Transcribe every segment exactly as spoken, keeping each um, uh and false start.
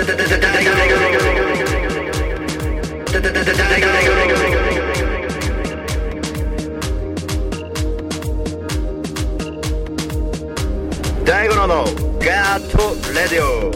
大五郎のガーットレディオ。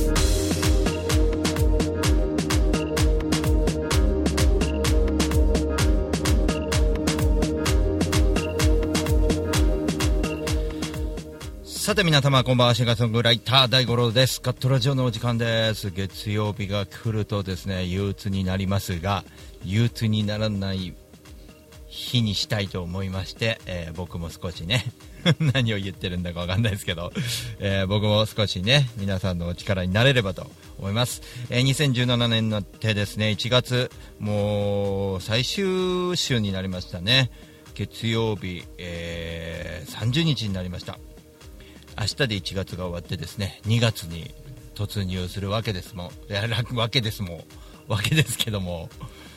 さて皆様こんばんは、シンガーソングライター大五郎です。ガットラジオのお時間です。月曜日が来るとですね、憂鬱になりますが、憂鬱にならない日にしたいと思いまして、えー、僕も少しね何を言ってるんだかわかんないですけど、えー、僕も少しね皆さんのお力になれればと思います。えー、にせんじゅうななねんになってですね、いちがつもう最終週になりましたね。月曜日、えー、さんじゅうにちになりました。明日でいちがつが終わってですね、にがつに突入するわけですもん。いや、楽わけですもん。わけですけども。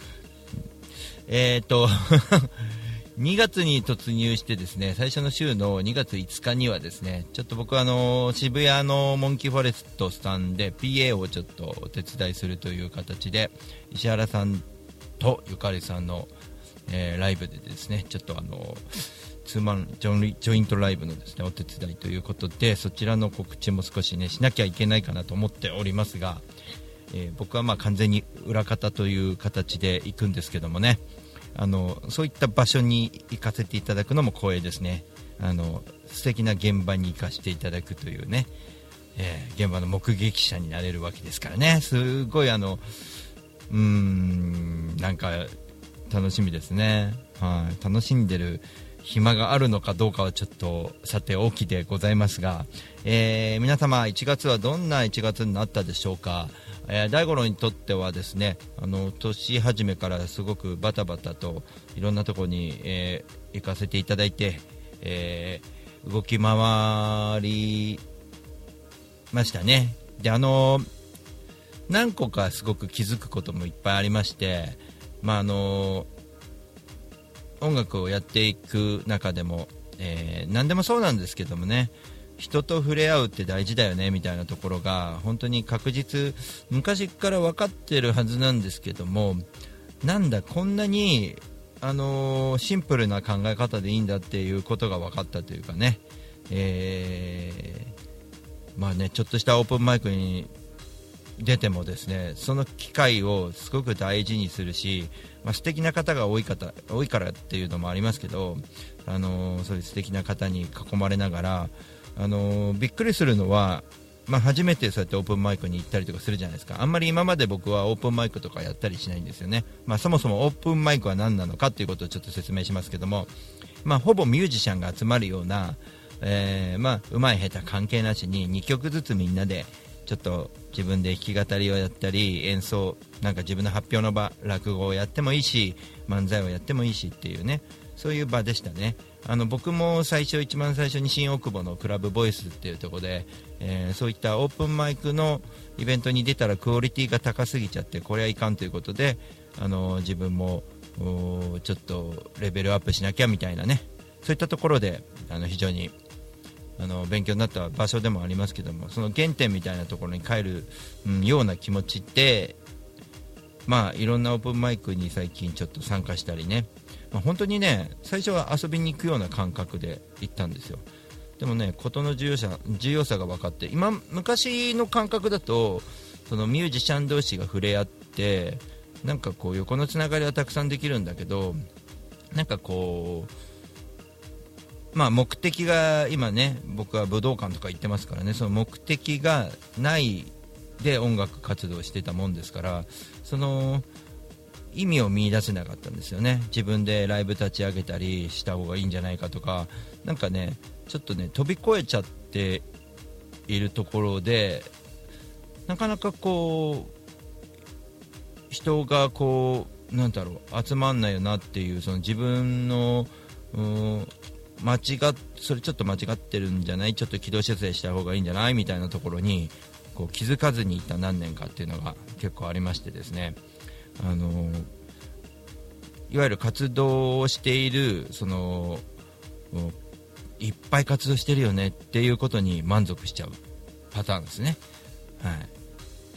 えーと、にがつに突入してですね、最初の週のにがついつかにはですね、ちょっと僕はあの、渋谷のモンキーフォレストさんで ピーエー をちょっとお手伝いするという形で、石原さんとゆかりさんの、えー、ライブでですね、ちょっとあの、ツーマンジョンジョイントライブのですねお手伝いということで、そちらの告知も少しねしなきゃいけないかなと思っておりますが、えー、僕はまあ完全に裏方という形で行くんですけどもね、あのそういった場所に行かせていただくのも光栄ですね。あの素敵な現場に行かせていただくというね、えー、現場の目撃者になれるわけですからね、すごいあのうーんなんか楽しみですね。はい、楽しんでる暇があるのかどうかはちょっとさておきでございますが、えー、皆様いちがつはどんないちがつになったでしょうか。えー、大五郎にとってはですね、あの年始めからすごくバタバタといろんなところに、えー、行かせていただいて、えー、動き回りましたね。で、あの何個かすごく気づくこともいっぱいありまして、まああの音楽をやっていく中でも、えー、何でもそうなんですけどもね、人と触れ合うって大事だよねみたいなところが本当に確実、昔から分かってるはずなんですけども、なんだこんなに、あのー、シンプルな考え方でいいんだっていうことが分かったというかね、えー、まあね、ちょっとしたオープンマイクに出てもですね、その機会をすごく大事にするし、まあ、素敵な方が多い方多いからっていうのもありますけど、あのー、そういう素敵な方に囲まれながら、あのー、びっくりするのは、まあ、初めてそうやってオープンマイクに行ったりとかするじゃないですか。あんまり今まで僕はオープンマイクとかやったりしないんですよね。まあ、そもそもオープンマイクは何なのかということをちょっと説明しますけども、まあ、ほぼミュージシャンが集まるような、えーまあ、上手い下手関係なしににきょくずつみんなでちょっと自分で弾き語りをやったり、演奏なんか自分の発表の場、落語をやってもいいし、漫才をやってもいいしっていうね、そういう場でしたね。あの僕も最初一番最初に新大久保のクラブボイスっていうところで、えー、そういったオープンマイクのイベントに出たらクオリティが高すぎちゃって、これはいかんということで、あの自分もちょっとレベルアップしなきゃみたいなね、そういったところであの非常にあの勉強になった場所でもありますけども、その原点みたいなところに帰る、うん、ような気持ちって、まあいろんなオープンマイクに最近ちょっと参加したりね、まあ、本当にね最初は遊びに行くような感覚で行ったんですよ。でもね、事の重要さ、重要さが分かって、今昔の感覚だとそのミュージシャン同士が触れ合ってなんかこう横のつながりはたくさんできるんだけど、なんかこうまあ、目的が今ね、僕は武道館とか行ってますからね、その目的がないで音楽活動してたもんですから、その意味を見出せなかったんですよね。自分でライブ立ち上げたりした方がいいんじゃないかとか、なんかねちょっとね飛び越えちゃっているところで、なかなかこう人がこうなんだろう集まんないよなっていう、その自分のうん間違っそれちょっと間違ってるんじゃない、ちょっと軌道修正した方がいいんじゃないみたいなところにこう気づかずにいた何年かっていうのが結構ありましてですね、あのいわゆる活動をしているそのいっぱい活動してるよねっていうことに満足しちゃうパターンですね。はい、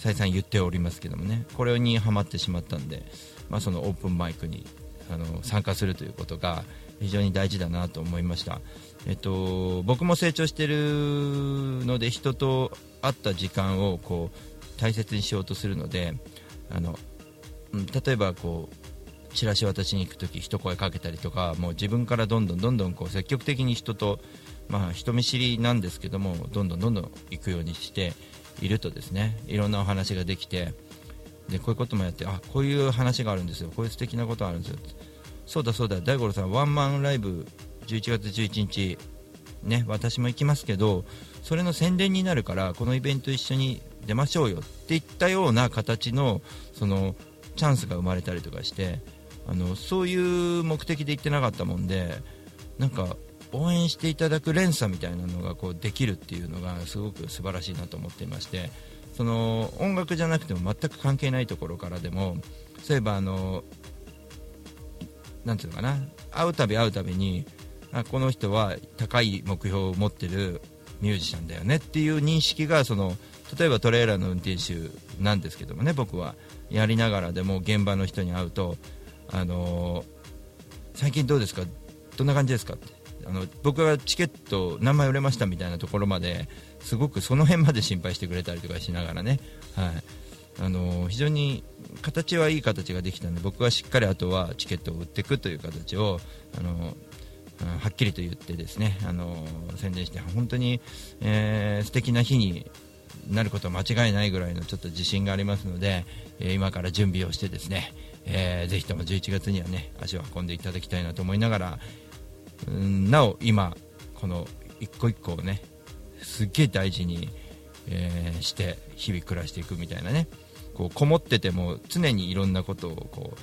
再三言っておりますけどもね、これにハマってしまったんで、まあ、そのオープンマイクにあの参加するということが非常に大事だなと思いました。えっと、僕も成長してるので、人と会った時間をこう大切にしようとするので、あの例えばこうチラシ渡しに行くとき一声かけたりとか、もう自分からどんどんどんどんこう積極的に人と、まあ、人見知りなんですけども、どんどんどんどん行くようにしているとですね、いろんなお話ができて、でこういうこともやって、あ、こういう話があるんですよ、こういう素敵なことがあるんですよ、そうだそうだ、大五郎さんワンマンライブじゅういちがつじゅういちにちね、私も行きますけど、それの宣伝になるからこのイベント一緒に出ましょうよっていったような形のそのチャンスが生まれたりとかして、あのそういう目的で行ってなかったもんで、なんか応援していただく連鎖みたいなのがこうできるっていうのがすごく素晴らしいなと思っていまして、その音楽じゃなくても全く関係ないところからでも、そういえばあのなんていうのかな、会うたび会うたびに、あ、この人は高い目標を持ってるミュージシャンだよねっていう認識が、その例えばトレーラーの運転手なんですけどもね、僕はやりながらでも現場の人に会うと、あのー、最近どうですか、どんな感じですかって、あの僕がチケット何枚売れましたみたいなところまですごくその辺まで心配してくれたりとかしながらね、はい、あのー、非常に形はいい形ができたので、僕はしっかりあとはチケットを売っていくという形を、あのーはっきりと言ってですね、あのー、宣伝して、本当に、えー、素敵な日になることは間違いないぐらいのちょっと自信がありますので、えー、今から準備をしてですね、えー、ぜひともじゅういちがつにはね足を運んでいただきたいなと思いながら、うん、なお今この一個一個をねすっげえ大事に、えー、して日々暮らしていくみたいなね、こうこもってても常にいろんなことをこう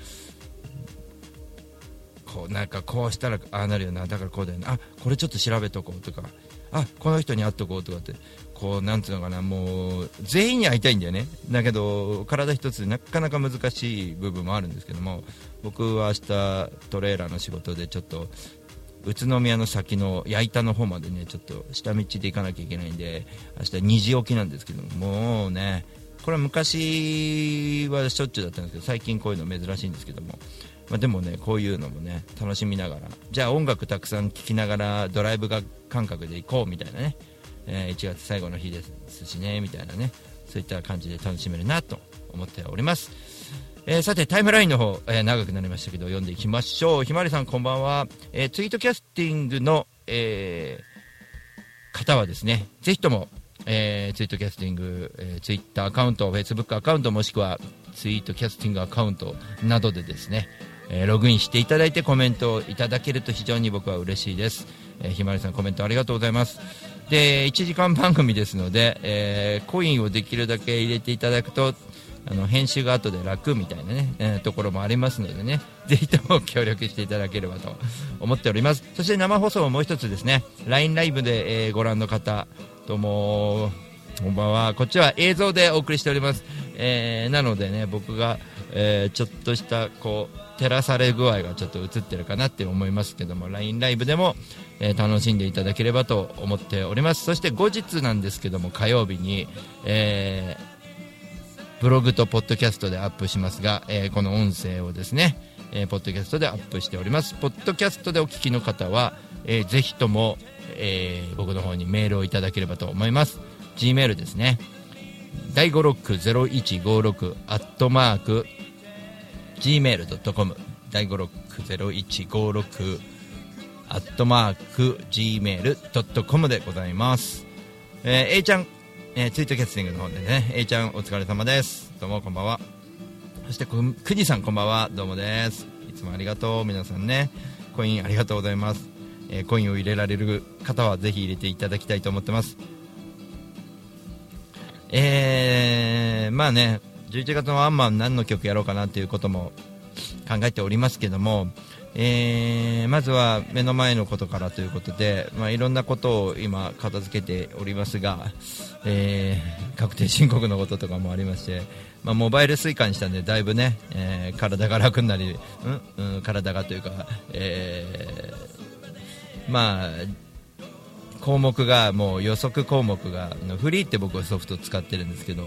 こうなんかこうしたらああなるよな、だからこうだよな、あ、これちょっと調べとこうとか、あ、この人に会っとこうとかって、こうなんていうのかな、もう全員に会いたいんだよね。だけど体一つでなかなか難しい部分もあるんですけども、僕は明日トレーラーの仕事でちょっと宇都宮の先の矢板の方までね、ちょっと下道で行かなきゃいけないんで、明日にじ起きなんですけども、もうね、これは昔はしょっちゅうだったんですけど、最近こういうの珍しいんですけども、まあ、でもね、こういうのもね楽しみながら、じゃあ音楽たくさん聴きながらドライブが感覚で行こうみたいなね、えー、いちがつ最後の日ですしねみたいなね、そういった感じで楽しめるなと思っております。えー、さてタイムラインの方、えー、長くなりましたけど読んでいきましょう。ひまわりさんこんばんは。えー、ツイートキャスティングの、えー、方はですね、ぜひとも、えー、ツイートキャスティング、えー、ツイッターアカウント、フェイスブックアカウント、もしくはツイートキャスティングアカウントなどでですね、えー、ログインしていただいてコメントをいただけると非常に僕は嬉しいです。えー、ひまわりさんコメントありがとうございます。でいちじかん番組ですので、えー、コインをできるだけ入れていただくとあの編集が後で楽みたいなね、えー、ところもありますのでね、ぜひとも協力していただければと思っております。そして生放送ももう一つですね、 ライン ライブで、えー、ご覧の方どうもこんばんは。こっちは映像でお送りしております。えー、なのでね、僕が、えー、ちょっとしたこう照らされ具合がちょっと映ってるかなって思いますけども、 ライン ライブでも、えー、楽しんでいただければと思っております。そして後日なんですけども、火曜日に、えー、ブログとポッドキャストでアップしますが、えー、この音声をですね、えー、ポッドキャストでアップしております。ポッドキャストでお聞きの方は、えー、ぜひとも、えー、僕の方にメールをいただければと思います。 G メールですね、だいごろくゼロいちごろくアットマーク ジーメールドットコム だいごろくゼロいちごろくアットマーク ジーメールドットコム でございます。えー、A ちゃん、えー、ツイートキャスティングの方でね、 A ちゃんお疲れ様です。どうもこんばんは。そしてくにさんこんばんは、どうもです。いつもありがとう。皆さんね、コインありがとうございます。えー、コインを入れられる方はぜひ入れていただきたいと思ってます。えー、まあね、じゅういちがつのワンマン何の曲やろうかなっていうことも考えておりますけども、えー、まずは目の前のことからということで、まあ、いろんなことを今片付けておりますが、えー、確定申告のこととかもありまして、まあ、モバイルスイカにしたんでだいぶね、えー、体が楽になり、うん、うん、体がというか、えー、まあ項目がもう予測項目がフリーって僕はソフト使ってるんですけど、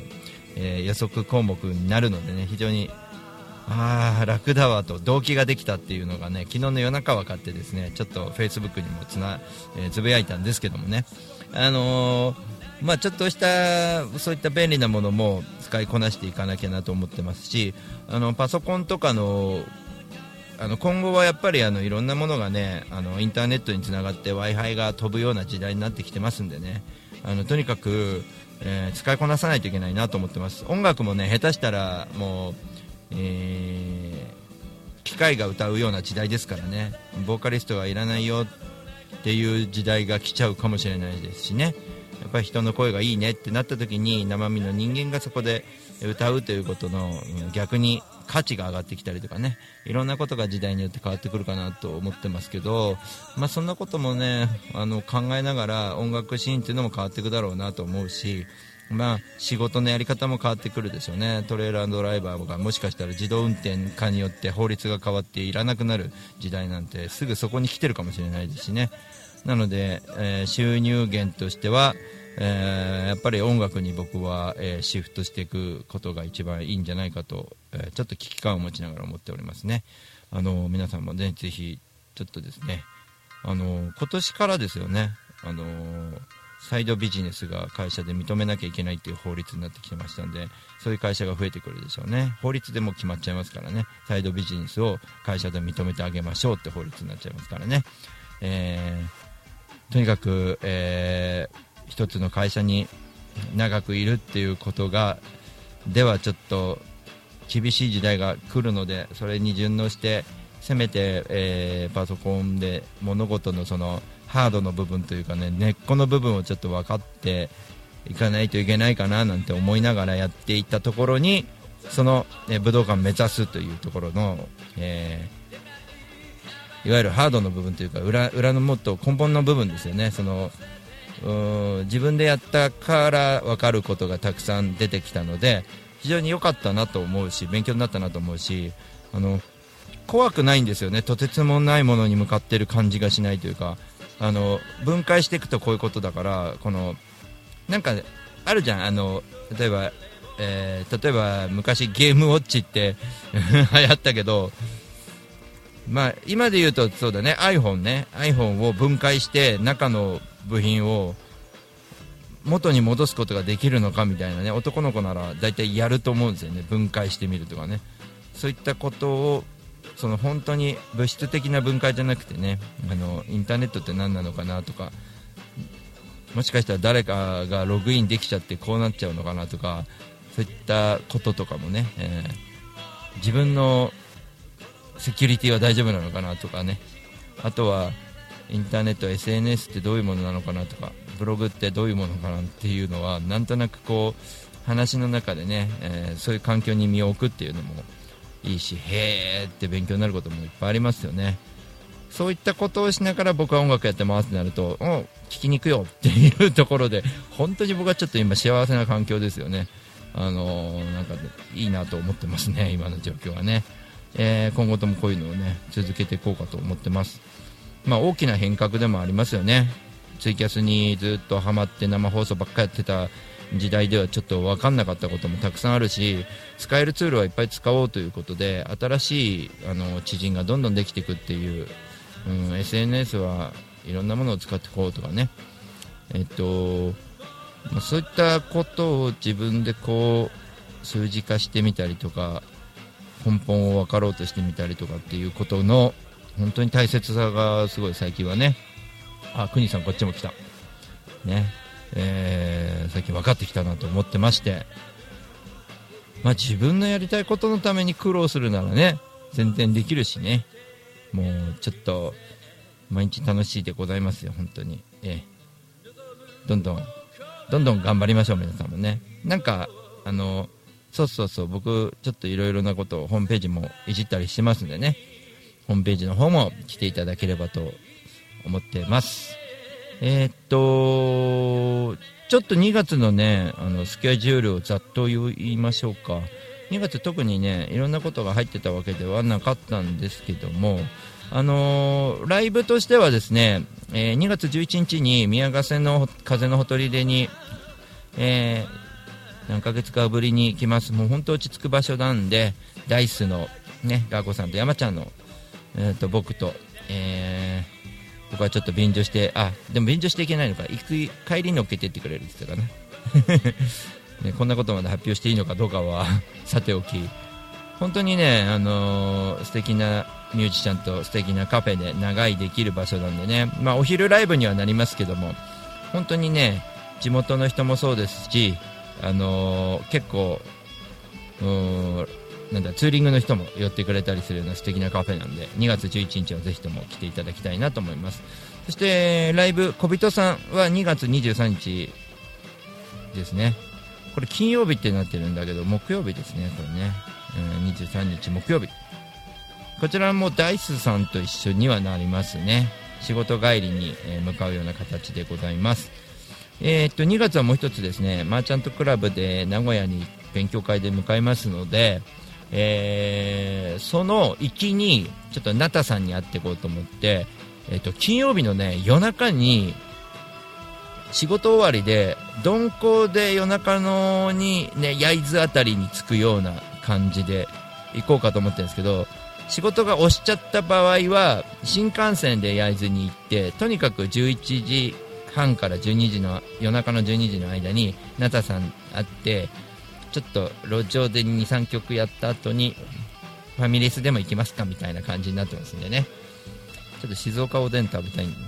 えー、予測項目になるのでね、非常にあー楽だわと動機ができたっていうのがね、昨日の夜中分かってですね、ちょっとフェイスブックにもつな、えー、つぶやいたんですけどもね、あのーまあ、ちょっとしたそういった便利なものも使いこなしていかなきゃなと思ってますし、あのパソコンとかのあの今後はやっぱりあのいろんなものがね、あのインターネットにつながって Wi-Fi が飛ぶような時代になってきてますんでね、あのとにかく、えー、使いこなさないといけないなと思ってます。音楽もね、下手したらもう、えー、機械が歌うような時代ですからね、ボーカリストがいらないよっていう時代が来ちゃうかもしれないですしね、やっぱり人の声がいいねってなった時に生身の人間がそこで歌うということの逆に価値が上がってきたりとかね、いろんなことが時代によって変わってくるかなと思ってますけど、まあ、そんなこともね、あの考えながら音楽シーンっていうのも変わっていくだろうなと思うし、まあ、仕事のやり方も変わってくるでしょうね。トレーラードライバーがもしかしたら自動運転化によって法律が変わっていらなくなる時代なんてすぐそこに来てるかもしれないですしね。なので、えー、収入源としては、えー、やっぱり音楽に僕は、えー、シフトしていくことが一番いいんじゃないかと、えー、ちょっと危機感を持ちながら思っておりますね。あの皆さんもね、ぜひちょっとですね、あの今年からですよね、あのサイドビジネスが会社で認めなきゃいけないっていう法律になってきてましたんで、そういう会社が増えてくるでしょうね。法律でも決まっちゃいますからね、サイドビジネスを会社で認めてあげましょうって法律になっちゃいますからね、えー、とにかく、えー一つの会社に長くいるっていうことがではちょっと厳しい時代が来るので、それに順応してせめて、えー、パソコンで物事のそのハードの部分というかね、根っこの部分をちょっと分かっていかないといけないかななんて思いながらやっていったところに、その、えー、武道館を目指すというところの、えー、いわゆるハードの部分というか 裏, 裏のもっと根本の部分ですよね。そのうん自分でやったから分かることがたくさん出てきたので、非常に良かったなと思うし、勉強になったなと思うし、あの怖くないんですよね。とてつもないものに向かっている感じがしないというか、あの分解していくとこういうことだから、このなんかあるじゃん、あの例えば、えー、例えば昔ゲームウォッチって流行ったけど、まあ、今で言うとそうだね、 iPhone ね iPhone を分解して中の部品を元に戻すことができるのかみたいなね、男の子なら大体やると思うんですよね、分解してみるとかね。そういったことをその本当に物質的な分解じゃなくてね、あのインターネットって何なのかなとか、もしかしたら誰かがログインできちゃってこうなっちゃうのかなとか、そういったこととかもね、えー、自分のセキュリティは大丈夫なのかなとかね、あとはインターネット エスエヌエス ってどういうものなのかなとか、ブログってどういうものかなっていうのはなんとなくこう話の中でね、えー、そういう環境に身を置くっていうのもいいし、へーって勉強になることもいっぱいありますよね。そういったことをしながら僕は音楽やってますってなると、お聞きに行くよっていうところで、本当に僕はちょっと今幸せな環境ですよね。あのー、なんかいいなと思ってますね、今の状況はね。えー、今後ともこういうのをね続けていこうかと思ってます。まあ、大きな変革でもありますよね。ツイキャスにずっとハマって生放送ばっかやってた時代ではちょっと分かんなかったこともたくさんあるし、使えるツールはいっぱい使おうということで、新しいあの知人がどんどんできていくっていう、うん、エスエヌエス はいろんなものを使っていこうとかね、えっとまあ、そういったことを自分でこう数字化してみたりとか、根本を分かろうとしてみたりとかっていうことの本当に大切さがすごい最近はね、あ、国さんこっちも来たね、えー、最近分かってきたなと思ってまして、まあ自分のやりたいことのために苦労するならね全然できるしね、もうちょっと毎日楽しいでございますよ本当に、えー、どんどんどんどん頑張りましょう皆さんもね。なんかあのそうそうそう、僕ちょっといろいろなことをホームページもいじったりしてますんでね、ホームページの方も来ていただければと思ってます。えー、っとちょっとにがつのねあのスケジュールをざっと言いましょうか。にがつ特にねいろんなことが入ってたわけではなかったんですけども、あのー、ライブとしてはですね、えー、にがつじゅういちにちに宮ヶ瀬の風のほとりでに、えー何ヶ月かぶりに来ます。もう本当落ち着く場所なんで、ダイスのねガーコさんと山ちゃんの、えー、と僕と、えー、僕はちょっと便乗して、あでも便乗していけないのか、行く帰りに乗っけてってくれるって言ってたかなね、こんなことまで発表していいのかどうかはさておき、本当にね、あのー、素敵なミュージシャンと素敵なカフェで長居できる場所なんでね、まあ、お昼ライブにはなりますけども、本当にね地元の人もそうですし、あのー、結構うーんなんだツーリングの人も寄ってくれたりするような素敵なカフェなんで、にがつじゅういちにちはぜひとも来ていただきたいなと思います。そしてライブ小人さんはにがつにじゅうさんにちですね。これ金曜日ってなってるんだけど木曜日ですね、これね、うん、にじゅうさんにち木曜日、こちらもダイスさんと一緒にはなりますね。仕事帰りに向かうような形でございます。えー、っとにがつはもう一つですね、マーチャントクラブで名古屋に勉強会で向かいますので、えー、その行きにちょっとナタさんに会っていこうと思って、えー、っと金曜日のね夜中に仕事終わりで鈍行で夜中のにね焼津あたりに着くような感じで行こうかと思ってるんですけど、仕事が押しちゃった場合は新幹線で焼津に行って、とにかくじゅういちじはんからじゅうにじの夜中のじゅうにじの間にナタさん会って、ちょっと路上で にさんきょくやった後にファミレスでも行きますかみたいな感じになってますんでね、ちょっと静岡おでん食べたいん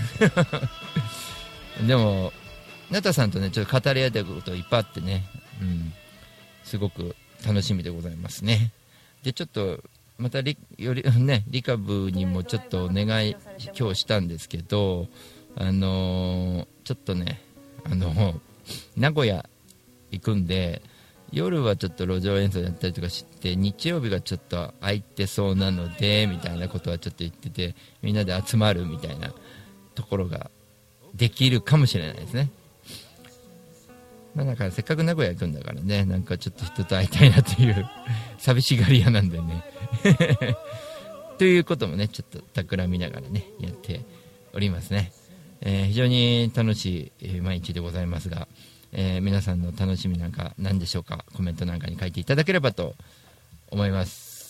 ででもナタさんとねちょっと語り合いたいこといっぱいあってね、うん、すごく楽しみでございますね。でちょっとまたリより、ね、リカブにもちょっとお願い今日したんですけど、あのー、ちょっとね、あの名古屋行くんで夜はちょっと路上演奏やったりとかして、日曜日がちょっと空いてそうなのでみたいなことはちょっと言ってて、みんなで集まるみたいなところができるかもしれないですね。まあ、なんかせっかく名古屋行くんだからね、なんかちょっと人と会いたいなという寂しがり屋なんでねということもねちょっと企みながらねやっておりますね。えー、非常に楽しい毎日でございますが、えー、皆さんの楽しみなんか何でしょうか、コメントなんかに書いていただければと思います。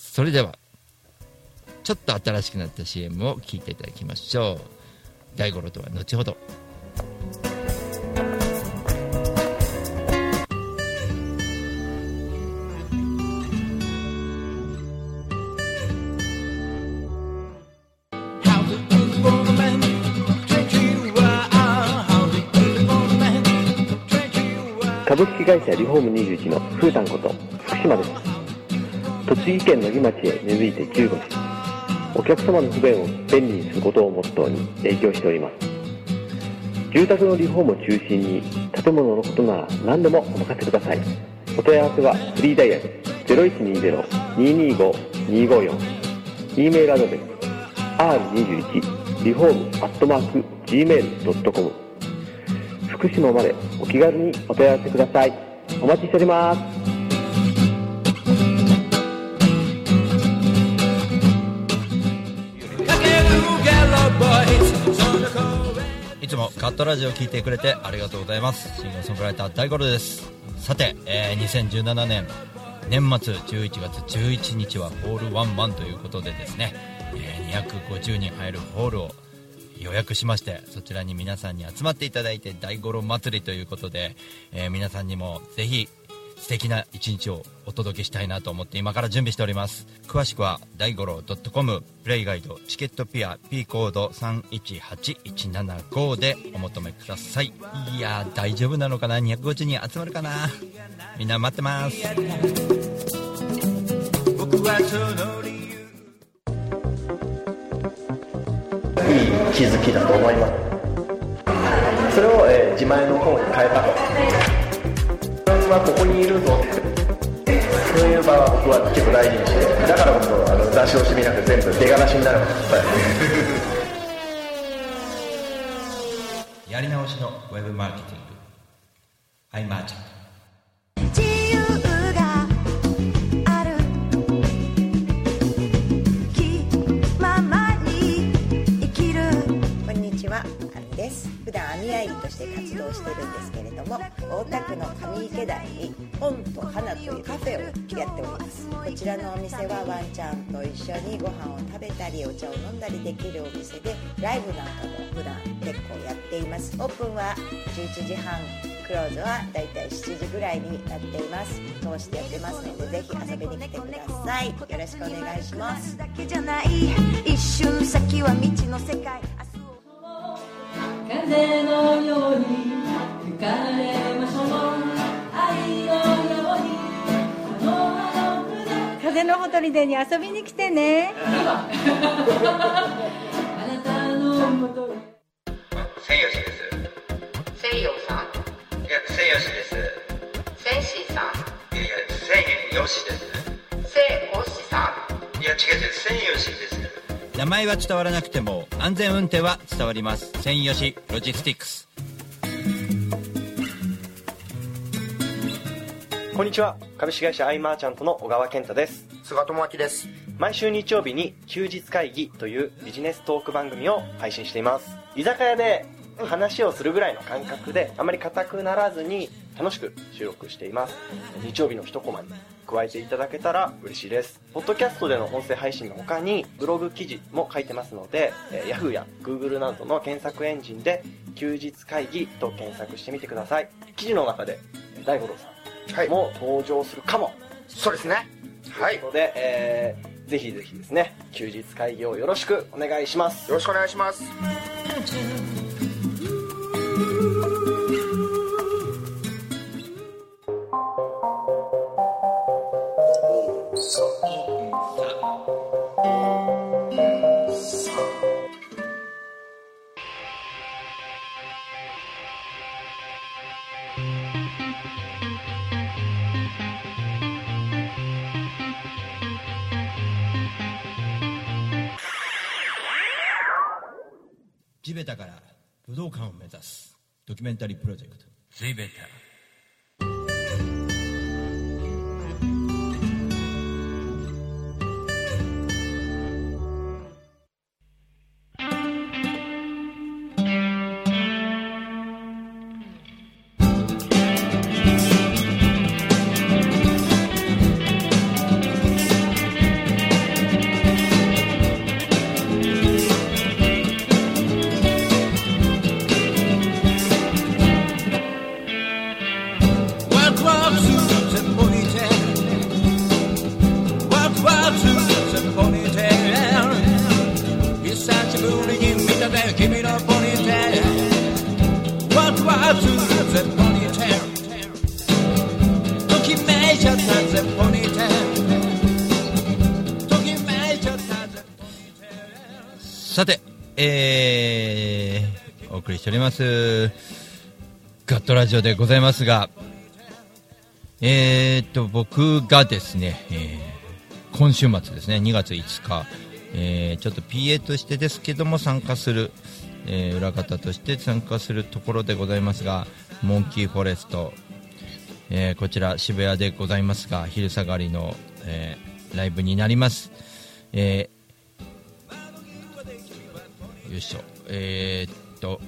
それではちょっと新しくなった シーエム を聞いていただきましょう。大五郎とは後ほど。 株式会社リフォームにじゅういちのふーたんこと福島です。栃木県野木町へ根付いてじゅうごねん、お客様の不便を便利にすることをモットーに営業しております。住宅のリフォームを中心に建物のことなら何でもお任せください。お問い合わせはフリーダイヤル ゼロいちにゼロ にーにーご にーごよん、 E メールアドレス アールにじゅういち リフォーム アットマーク ジーメール ドットコム、 福島までお気軽にお問い合わせください。お待ちしております。 いつもカットラジオを聞いてくれてありがとうございます。シンガーソングライター大五郎です。さて、えー、にせんじゅうななねん年末じゅういちがつじゅういちにちはホールワンマンということでですね、えー、にひゃくごじゅうにん入るホールを予約しまして、そちらに皆さんに集まっていただいて大五郎祭りということで、えー、皆さんにもぜひ素敵な一日をお届けしたいなと思って今から準備しております。詳しくは大五郎 .com プレイガイドチケットピア P コードさんいちはちいちななごでお求めください。いやー大丈夫なのかな、にひゃくごじゅうにん集まるかな、みんな待ってます。僕はその理由いい気づきだと思います。それを、えー、自前の方に変えたと。自分はここにいるぞって、そういう場は僕は結構大事にして、だからこそあの出し惜しみなく全部出がらしになるやり直しのウェブマーケティング iMarket。 普段編み合いとして活動してるんですけれども、大田区の上池台に本と花というカフェをやっております。こちらのお店はワンちゃんと一緒にご飯を食べたりお茶を飲んだりできるお店で、ライブなんかも普段結構やっています。オープンはじゅういちじはん、クローズはだいたいしちじぐらいになっています。通してやってますので、ぜひ遊びに来てください。よろしくお願いします。一瞬先は未知の世界、 風のように吹かれましょう、愛のように風のほとりでに遊びに来てね。あなたのもとに千吉です。 千陽さん。 いや、千吉です。 千シさん。 いやいや、千吉です。 千星さん。いや、違う違う、千吉です。 名前は伝わらなくても安全運転は伝わります。千吉ロジスティックス。 こんにちは、株式会社アイマーチャントの小川健太です。 菅智明です。 毎週日曜日に休日会議というビジネストーク番組を配信しています。居酒屋で話をするぐらいの感覚で、あまり硬くならずに楽しく収録しています。日曜日の一コマに加えていただけたら嬉しいです。ポッドキャストでの音声配信の他にブログ記事も書いてますので、えー、Yahoo や Google などの検索エンジンで休日会議と検索してみてください。記事の中で大五郎さんも登場するかも、はい、 そうですね。はい。 ということで、えー、ぜひぜひですね、休日会議をよろしくお願いします。 よろしくお願いします。 地べたから武道館を目指すドキュメンタリープロジェクト地べた。さて、えー、お送りしておりますガットラジオでございますが、えーっと僕がですね、えー、今週末ですね、にがついつか、えー、ちょっと ピーエー としてですけども参加する、えー、裏方として参加するところでございますが、モンキーフォレスト、えー、こちら渋谷でございますが、昼下がりの、えー、ライブになります。えーよいしょ、えー、っと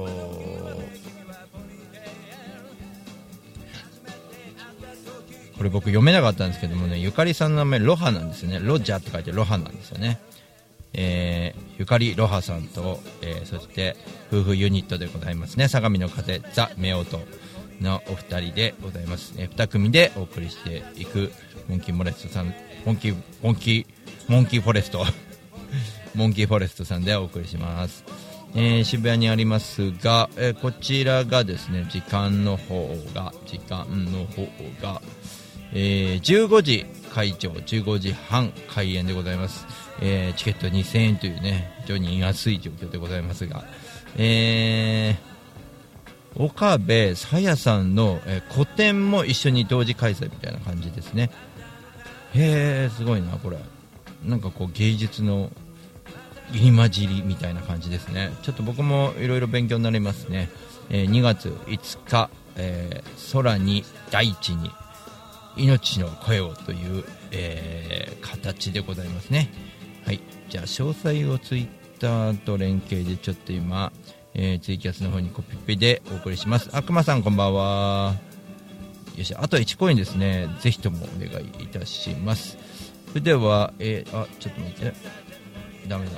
これ僕読めなかったんですけどもね、ゆかりさんの名前ロハなんですよね。ロジャーって書いてロハなんですよね。えー、ゆかりロハさんと、えー、そして夫婦ユニットでございますね。相模の風ザ・メオトのお二人でございます、ね、二組でお送りしていくモンキーモレストさん、モンキーモンキーモンキーフォレストモンキーフォレストさんでお送りします。えー、渋谷にありますが、えー、こちらがですね、時間の方が時間の方が、えー、じゅうごじ開場、じゅうごじはん開演でございます。えー、チケットにせんえんというね、非常に安い状況でございますが、えー、岡部さやさんの、えー、個展も一緒に同時開催みたいな感じですね。へー、すごいなこれ。なんかこう芸術の入り混じりみたいな感じですね。ちょっと僕もいろいろ勉強になりますね。えー、にがついつか、えー、空に大地に命の声をという、えー、形でございますね。はい、じゃあ詳細をツイッターと連携でちょっと今、 えー、ツイキャスの方にコピペでお送りします。悪魔さんこんばんは。よし、あといちコインですね。ぜひともお願いいたします。それでは、えー、あ、ちょっと待って、ダメだ。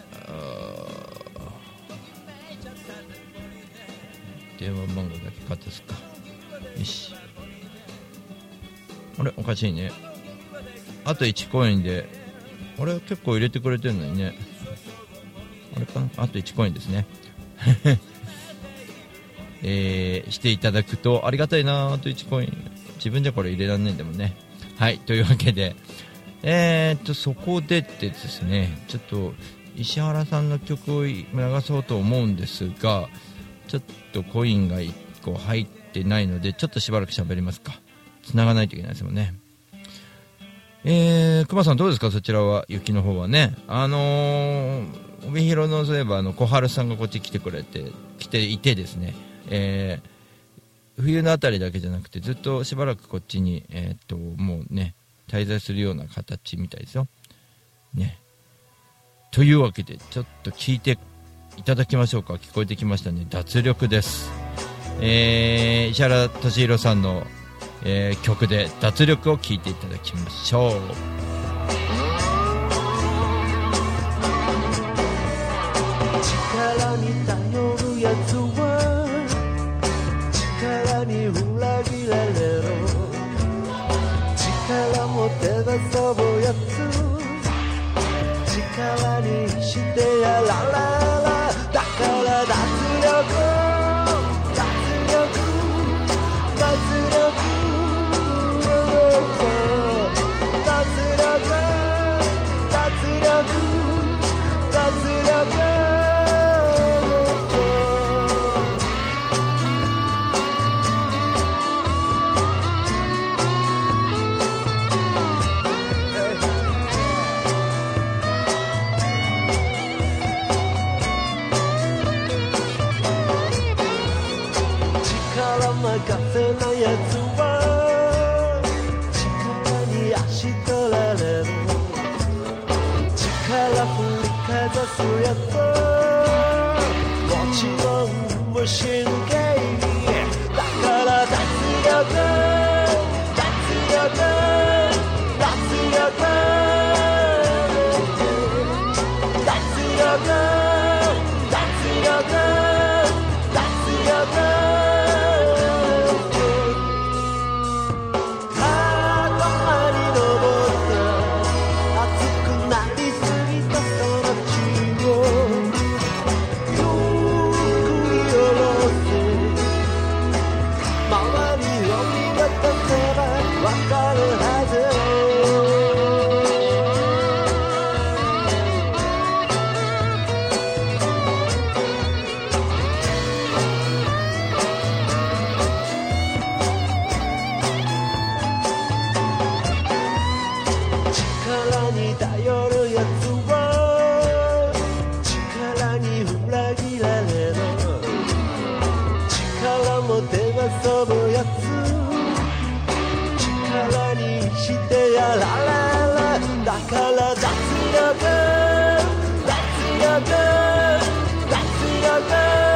電話番号だけカットすっか。よし。あれおかしいね。あといちコインで、あれ結構入れてくれてるのにね。あれかな、あといちコインですね。えー、していただくとありがたいな。あといちコイン。自分じゃこれ入れられないんだもんね。はい、というわけで、えー、っとそこでですね、ちょっと石原さんの曲を流そうと思うんですが、ちょっとコインがいっこ入ってないので、ちょっとしばらく喋りますか。繋がないといけないですもんね。えー、熊さんどうですか、そちらは。雪の方はね、あのー、帯広のそういえばあの小春さんがこっち来てくれて来ていてですね、えー、冬のあたりだけじゃなくてずっとしばらくこっちに、えー、っともうね滞在するような形みたいですよね。というわけでちょっと聞いていただきましょうか。聞こえてきましたね。脱力です。えー、石原俊弘さんの、えー、曲で脱力を聞いていただきましょう。 力に頼るやつは力に裏切られろ、力持てば遊ぶやつ力にしてやられら、だから脱力脱力脱力脱力脱力脱力任せなやつは力に足取られる、力振りかざすやつもちろん無神経、だから脱力脱力脱力脱力脱力脱力遊ぶやつ力にしてやられる、だから脱力脱力脱力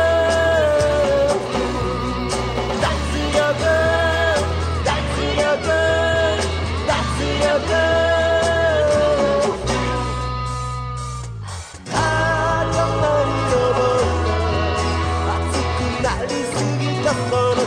脱力脱力脱力あーどんなに登った熱くなりすぎたこの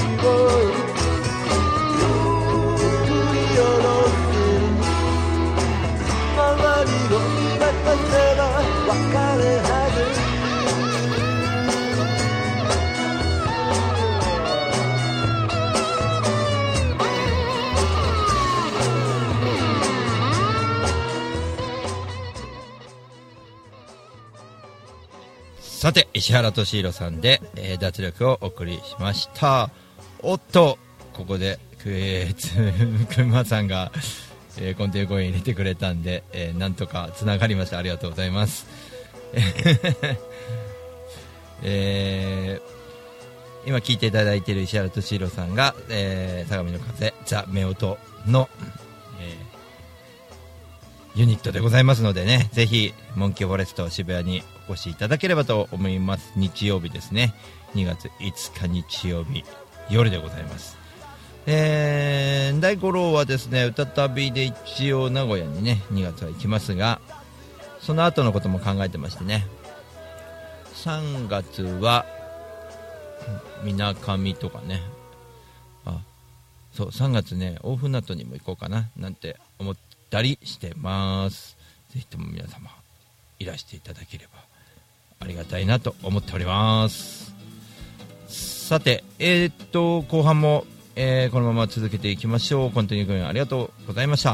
さて石原俊弘さんで、えー、脱力をお送りしました。おっとここでえー、くまさんが、えー、コンテンツコイン入れてくれたんで、えー、なんとかつながりました。ありがとうございます。えー、今聞いていただいている石原俊弘さんが、えー、相模の風ザ・メオトの、えー、 ユニットでございますのでね、ぜひモンキーフォレスト渋谷にお越しいただければと思います。日曜日ですね、にがついつか日曜日夜でございます。えー、第五郎はですね、再びで一応名古屋にねにがつは行きますが、その後のことも考えてましてね、さんがつはみなかみとかね、あ、そうさんがつね大船渡にも行こうかななんて思ったりしてます。ぜひとも皆様いらしていただければありがたいなと思っております。さて、えー、っと後半も、えー、このまま続けていきましょう。コンティニューコインありがとうございました。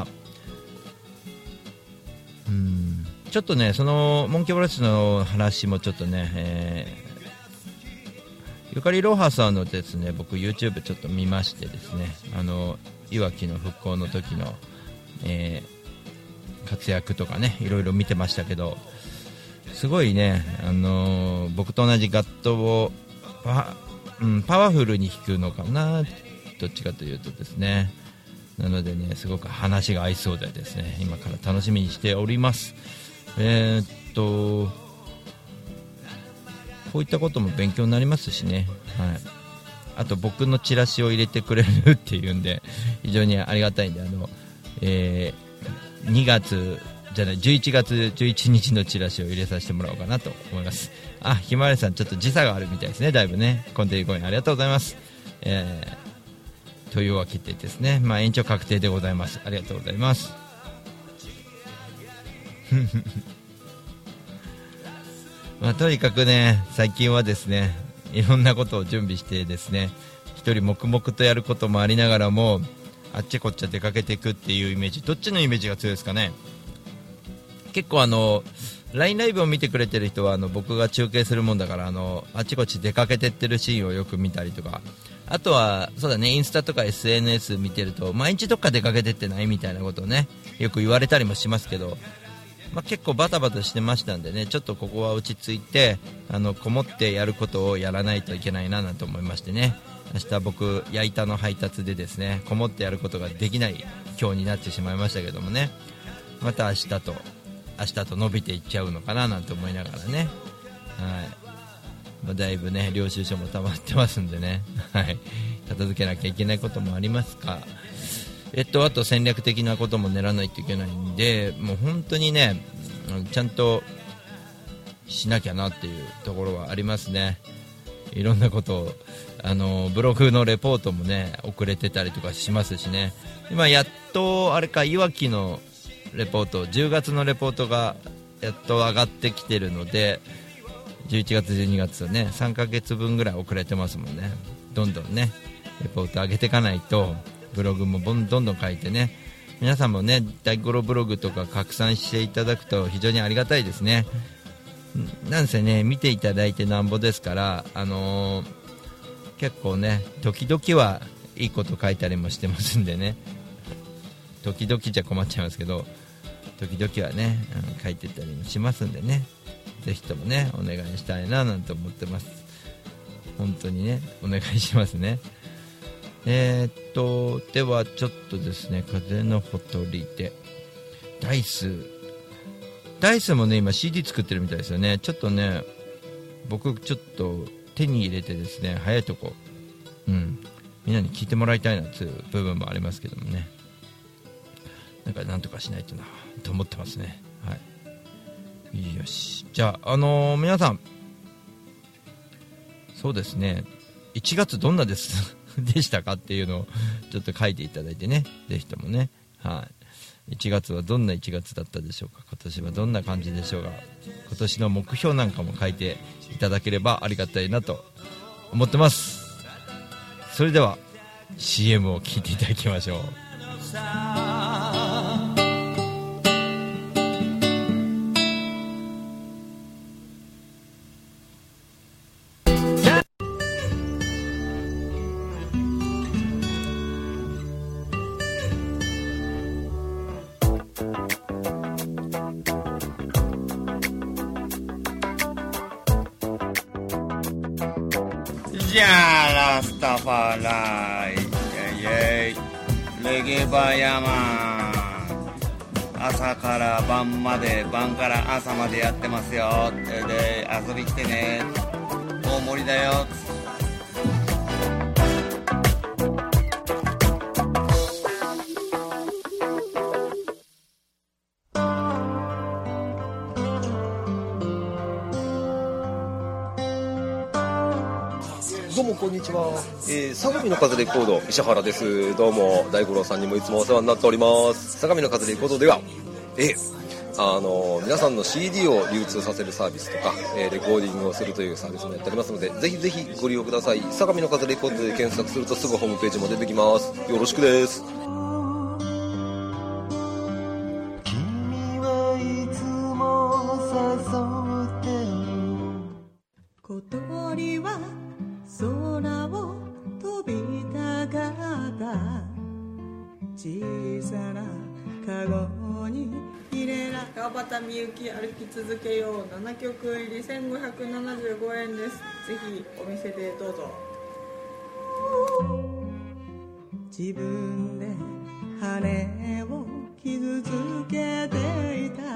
うーんちょっとね、そのモンキーフォレストの話もちょっとね、えー、ゆかりろはさんのですね、僕 YouTube ちょっと見ましてですね、あのいわきの復興の時の、えー、活躍とかね、いろいろ見てましたけど、すごいね、あのー、僕と同じガットをパ、うん、パワフルに弾くのかな、どっちかというとですね、なのでね、すごく話が合いそうでですね、今から楽しみにしております。えー、っとこういったことも勉強になりますしね、はい、あと僕のチラシを入れてくれるっていうんで非常にありがたいんで、あの、えー、にがつじゃないじゅういちがつじゅういちにちのチラシを入れさせてもらおうかなと思います。あ、ひまわりさんちょっと時差があるみたいですね、だいぶね。コンテリコインありがとうございます。えー、というわけでですね、まあ、延長確定でございます。ありがとうございます。まあ、とにかくね、最近はですね、いろんなことを準備してですね、一人黙々とやることもありながらも、あっちこっちゃ出かけていくっていうイメージ、どっちのイメージが強いですかね。結構あの ライン ライブを見てくれてる人は、あの僕が中継するもんだから、あのあっちこっち出かけてってるシーンをよく見たりとか、あとはそうだね、インスタとか エスエヌエス 見てると、毎日どっか出かけてってないみたいなことをね、よく言われたりもしますけど、まあ、結構バタバタしてましたんでね、ちょっとここは落ち着いて、あのこもってやることをやらないといけないななんて思いましてね、明日僕矢板の配達でですね、こもってやることができない今日になってしまいましたけどもね、また明日と明日と伸びていっちゃうのかななんて思いながらね、はい、まあ、だいぶね領収書も溜まってますんでね、はい、片付けなきゃいけないこともありますが、えっと、あと戦略的なことも練らないといけないんで、もう本当にね、ちゃんとしなきゃなっていうところはありますね。いろんなことを、あのブログのレポートもね遅れてたりとかしますしね、今やっとあれか、いわきのレポート、じゅうがつのレポートがやっと上がってきてるので、じゅういちがつじゅうにがつはねさんかげつぶんぐらい遅れてますもんね。どんどんねレポート上げていかないと、ブログもどんどん書いてね、皆さんもね大五郎ブログとか拡散していただくと非常にありがたいですね。なんせね、見ていただいてなんぼですから、あのー、結構ね時々はいいこと書いたりもしてますんでね、時々じゃ困っちゃいますけど、時々はね書いてたりもしますんでね、ぜひともねお願いしたいななんて思ってます。本当にねお願いしますね。えー、っとではちょっとですね、風のほとりでダイスダイスもね今 シーディー 作ってるみたいですよね。ちょっとね僕ちょっと手に入れてですね、早いとこうんみんなに聞いてもらいたいなっていう部分もありますけどもね、なんかなんとかしないとなと思ってますね。はい、よし、じゃああのー、皆さんそうですね、いちがつどんなですでしたかっていうのをちょっと書いていただいてね、ぜひともね、はい、いちがつはどんないちがつだったでしょうか、今年はどんな感じでしょうか、今年の目標なんかも書いていただければありがたいなと思ってます。それでは シーエム を聞いていただきましょう。 じゃあラスタファライイェイイェイレゲバヤマン朝から晩まで、晩から朝までやってますよ。で遊び来てね、大盛りだよ。 どうもこんにちは、えー、相模の風レコード石原です。どうも大五郎さんにもいつもお世話になっております。相模の風レコードでは、えー、あのー、皆さんの シーディー を流通させるサービスとか、えー、レコーディングをするというサービスもやっておりますので、ぜひぜひご利用ください。相模の風レコードで検索するとすぐホームページも出てきます。よろしくです。 君はいつも誘ってる。小鳥は空を飛びたかった。小さなカゴに入れら川端美幸歩き続けようななきょく入りせんごひゃくななじゅうごえんです。ぜひお店でどうぞ。自分で羽を傷つけていた。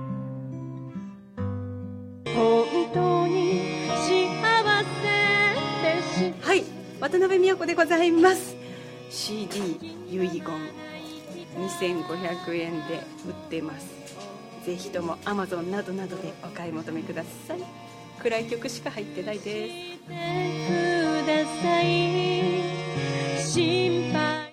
本当に幸せ。はい、渡辺美代子でございます。 シーディー 遺言にせんごひゃくえんで売ってます。ぜひとも アマゾン などなどでお買い求めください。暗い曲しか入ってないです。ください、心配。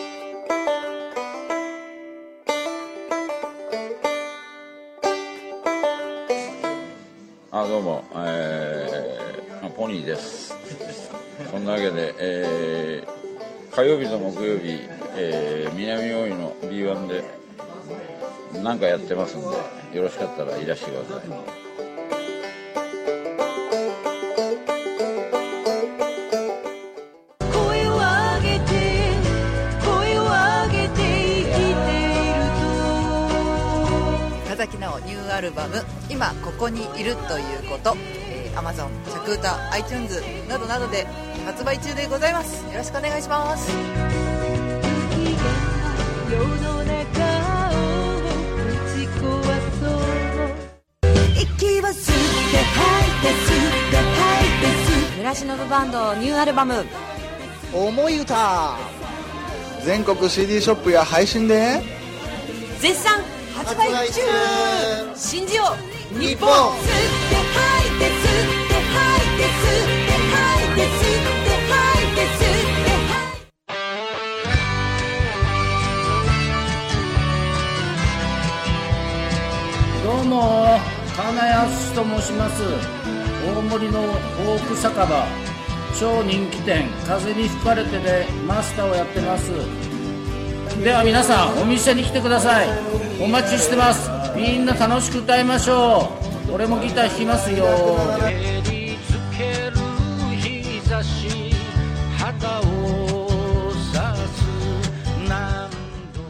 あ、どうも、えー、ポニーです。そんなわけで、えー、火曜日と木曜日、えー、南大井の ビーワン で何かやってますんで、よろしかったらいらしてください。 声を上げて声を上げて生きていると。 田崎直ニューアルバム今ここにいるということ、えー、Amazon、チャクータ、iTunes などなどで発売中でございます。よろしくお願いします。世の中を打ち壊そう。息は吸って吐いて吸って吐いて吸う。 村忍バンドニューアルバム思い歌、全国 シーディー ショップや配信で絶賛発売中。信じよう日本。吸って吐いて吸って吐いて吸って吐いて吸って吐いて吸って吐いて。 どうも金安と申します。大森のフォーク酒場、超人気店風に吹かれてでマスターをやってます。では皆さんお店に来てください。お待ちしてます。みんな楽しく歌いましょう。俺もギター弾きますよ。照りつける日差し肌を刺す何度。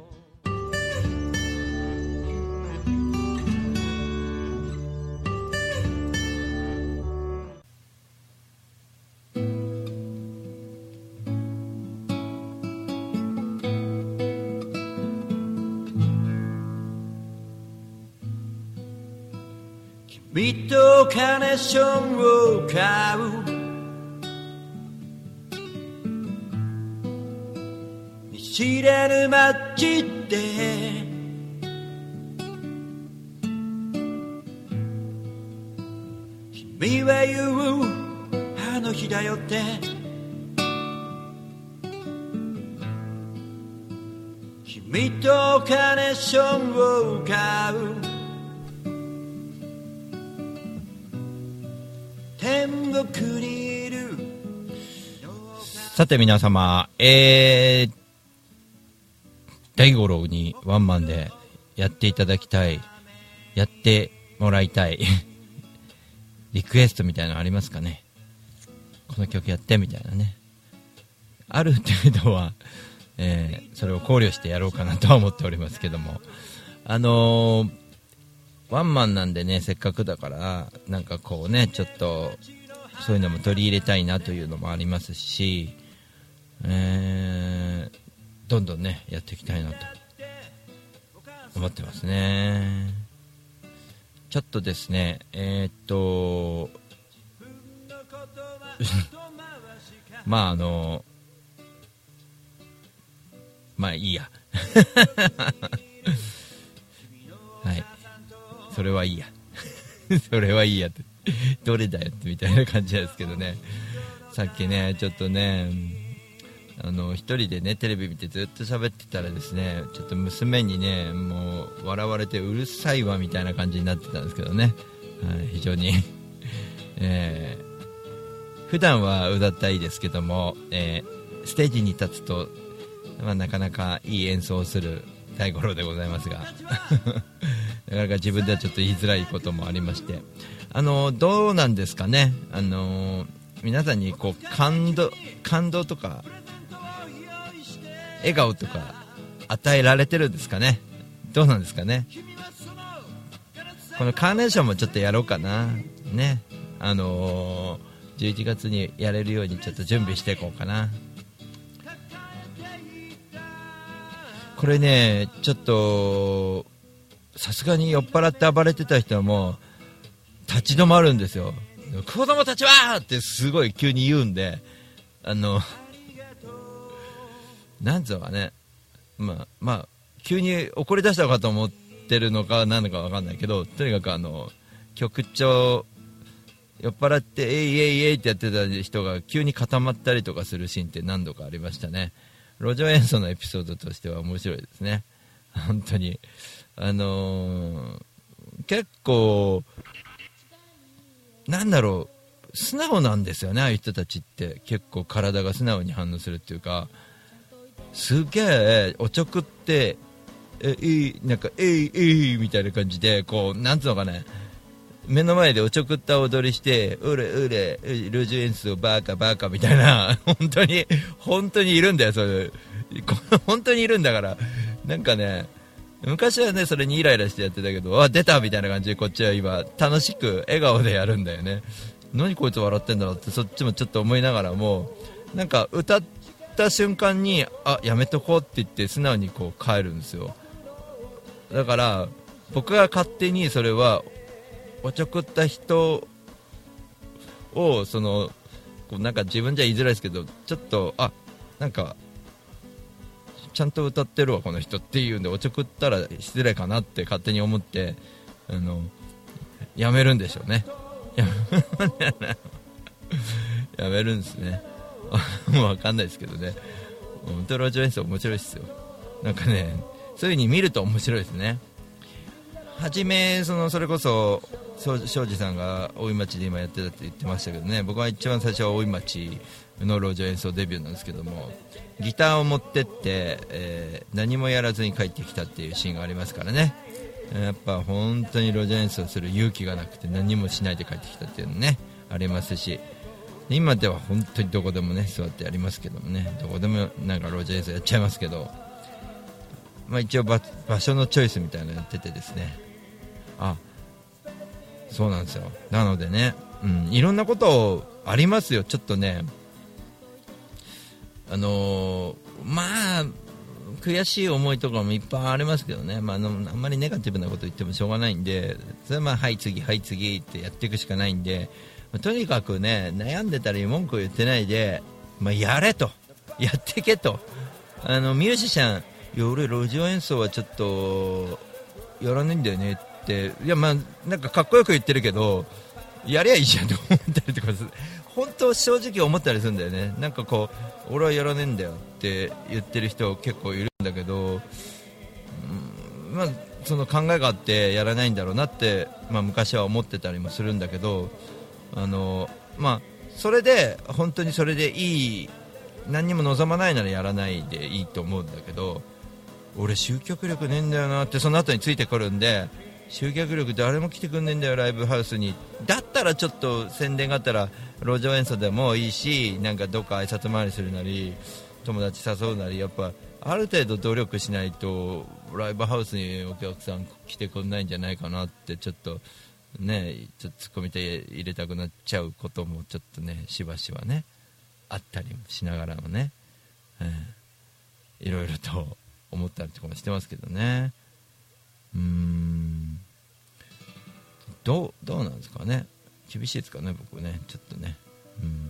君とカーネーションを買う見知らぬ街で君は言うあの日だよって君とカーネーションを買うさて皆様、えー、大五郎にワンマンでやっていただきたい、やってもらいたいリクエストみたいなのありますかね。この曲やってみたいなね、ある程度は、えー、それを考慮してやろうかなとは思っておりますけども、あのー、ワンマンなんでね、せっかくだからなんかこうね、ちょっとそういうのも取り入れたいなというのもありますし、えー、どんどんねやっていきたいなと思ってますね。ちょっとですね、えー、っとまああのまあいいやはいそれはいいやそれはいいやってどれだよってみたいな感じですけどね。さっきねちょっとねあの一人でねテレビ見てずっと喋ってたらですね、ちょっと娘にねもう笑われてうるさいわみたいな感じになってたんですけどね、はい、非常に、えー、普段は歌ったらいいですけども、えー、ステージに立つと、まあ、なかなかいい演奏をする大五郎でございますがなかなか自分ではちょっと言いづらいこともありまして、あのどうなんですかね、あの皆さんにこう感動感動とか笑顔とか与えられてるんですかね。どうなんですかね。このカーネーションもちょっとやろうかなね。あのー、じゅういちがつにやれるようにちょっと準備していこうかな。これねちょっとさすがに酔っ払って暴れてた人はもう立ち止まるんですよ。子供たちはってすごい急に言うんで、あのなんつうのかね、まあまあ急に怒り出したのかと思ってるのか何のか分かんないけど、とにかくあの曲調酔っ払ってえいえいえいってやってた人が急に固まったりとかするシーンって何度かありましたね。路上演奏のエピソードとしては面白いですね本当に。あのー、結構なんだろう素直なんですよね、ああいう人たちって。結構体が素直に反応するっていうか、すげえおちょくってえいなんかえいえいみたいな感じでこうなんつうのかね、目の前でおちょくった踊りしてうれうれ路上演奏バカバカみたいな本当に本当にいるんだよ、それ本当にいるんだから。なんかね昔はねそれにイライラしてやってたけど、あ出たみたいな感じでこっちは今楽しく笑顔でやるんだよね。何こいつ笑ってんだろうってそっちもちょっと思いながらも、なんか歌った瞬間にあやめとこうって言って素直にこう帰るんですよ。だから僕が勝手にそれはおちょくった人をそのこうなんか自分じゃ言いづらいですけど、ちょっとあなんかちゃんと歌ってるわこの人っていうんでおちょくったら失礼かなって勝手に思ってあのやめるんでしょうね。やめるんですねもう分かんないですけどね。本当路上演奏面白いですよ。なんかねそういう風に見ると面白いですね。はじめそのそれこそ庄司さんが大井町で今やってたって言ってましたけどね、僕は一番最初は大井町の路上演奏デビューなんですけども、ギターを持ってって、えー、何もやらずに帰ってきたっていうシーンがありますからね。やっぱ本当に路上演奏する勇気がなくて何もしないで帰ってきたっていうのねありますし、今では本当にどこでもね座ってやりますけどもね、どこでもなんか路上演奏やっちゃいますけど、まあ、一応 場, 場所のチョイスみたいなのやっててですね、あそうなんですよ。なのでね、うん、いろんなことありますよ。ちょっとねあのー、まあ悔しい思いとかもいっぱいありますけどね、まあ、あのあんまりネガティブなこと言ってもしょうがないんで、それはまあはい次はい次ってやっていくしかないんで、まあ、とにかくね悩んでたり文句を言ってないで、まあ、やれとやってけと。あのミュージシャンいや俺路上演奏はちょっとやらないんだよねって、いやまあなんかかっこよく言ってるけどやりゃいいじゃんと思ったりとかする。本当正直思ったりするんだよね。なんかこう俺はやらねえんだよって言ってる人結構いるんだけど、うん、まあその考えがあってやらないんだろうなって、まあ、昔は思ってたりもするんだけど、あのまあそれで本当にそれでいい、何にも望まないならやらないでいいと思うんだけど、俺集客力ねえんだよなってその後についてくるんで、集客力誰も来てくんねえんだよライブハウスに。だったらちょっと宣伝があったら路上演奏でもいいし、なんかどっか挨拶回りするなり友達誘うなり、やっぱある程度努力しないとライブハウスにお客さん来てくんないんじゃないかなってちょっとねちょっとツッコミ手入れたくなっちゃうこともちょっとねしばしばねあったりもしながらもね、えー、いろいろと思ったりとかもしてますけどね。 うーんどうどうなんですかね。厳しいですかね僕ねちょっとね。うん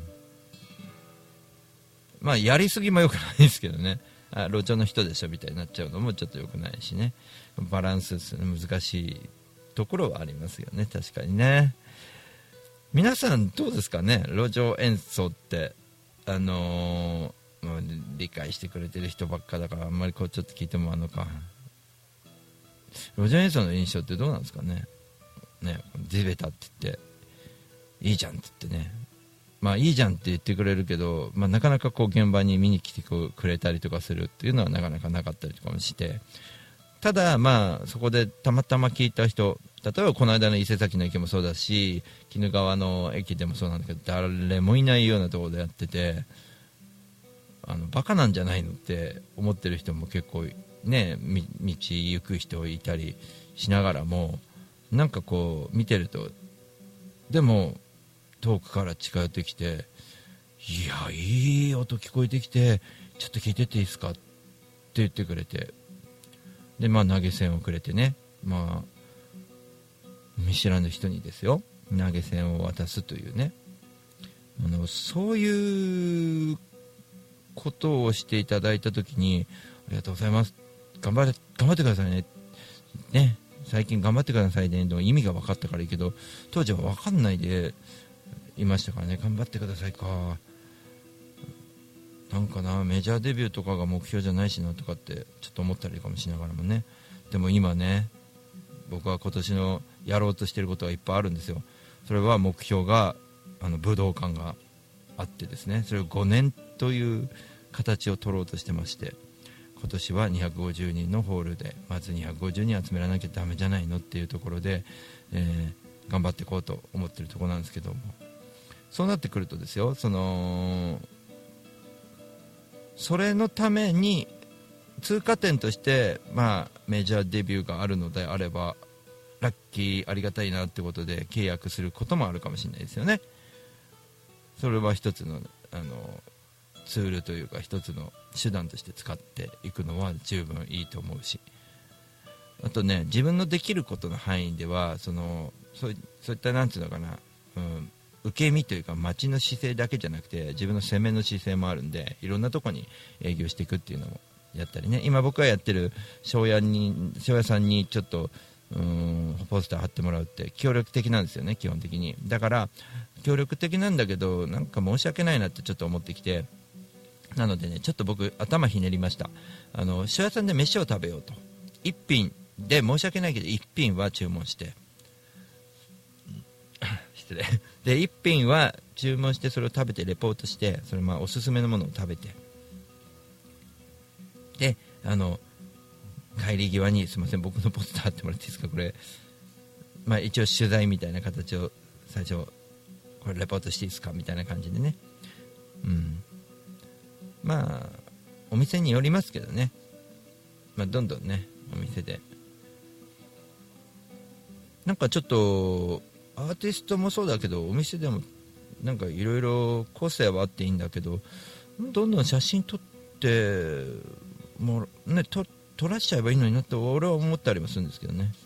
まあやりすぎも良くないですけどね。あ路上の人でしょみたいになっちゃうのもちょっと良くないしね。バランスですね難しいところはありますよね確かにね。皆さんどうですかね路上演奏って。あのーまあ、理解してくれてる人ばっかだからあんまりこうちょっと聞いてもあのか路上演奏の印象ってどうなんですかね。ね地べたって言っていいじゃんって言ってねまあいいじゃんって言ってくれるけど、まあ、なかなかこう現場に見に来てくれたりとかするっていうのはなかなかなかったりとかもして、ただまあそこでたまたま聞いた人、例えばこの間の伊勢崎の駅もそうだし鬼怒川の駅でもそうなんだけど誰もいないようなところでやっててあのバカなんじゃないのって思ってる人も結構ね道行く人いたりしながらもなんかこう見てるとでも遠くから近寄ってきていやいい音聞こえてきてちょっと聞いてっていいですかって言ってくれてでまあ投げ銭をくれてねまあ見知らぬ人にですよ投げ銭を渡すというねあのそういうことをしていただいたときにありがとうございます頑張れ頑張ってくださいねね最近頑張ってくださいねの意味が分かったからいいけど当時は分かんないでいましたからね頑張ってくださいかなんかなメジャーデビューとかが目標じゃないしなとかってちょっと思ったりかもしながらもねでも今ね僕は今年のやろうとしていることがいっぱいあるんですよ。それは目標があの武道館があってですねそれをごねんという形を取ろうとしてまして今年はにひゃくごじゅうにんのホールでまずにひゃくごじゅうにん集めらなきゃダメじゃないのっていうところで、えー、頑張っていこうと思ってるところなんですけどもそうなってくるとですよそのそれのために通過点として、まあ、メジャーデビューがあるのであればラッキーありがたいなってことで契約することもあるかもしれないですよね。それは一つの、あのツールというか一つの手段として使っていくのは十分いいと思うしあとね自分のできることの範囲ではそのそう、そういったなんていうのかな、うん、受け身というか待ちの姿勢だけじゃなくて自分の攻めの姿勢もあるんでいろんなとこに営業していくっていうのもやったりね今僕がやってる庄屋に庄屋さんにちょっとうーんポスター貼ってもらうって協力的なんですよね基本的にだから協力的なんだけどなんか申し訳ないなってちょっと思ってきてなのでねちょっと僕頭ひねりましたあの庄屋さんで飯を食べようと一品で申し訳ないけど一品は注文して失礼で一品は注文してそれを食べてレポートしてそれまあおすすめのものを食べてであの帰り際にすみません僕のポスター貼ってもらっていいですかこれ、まあ、一応取材みたいな形を最初これレポートしていいですかみたいな感じでねうんまあお店によりますけどね、まあ、どんどんねお店でなんかちょっとアーティストもそうだけどお店でもなんかいろいろ個性はあっていいんだけどどんどん写真撮ってもうねと撮らしちゃえばいいのになって俺は思ったりもするんですけどね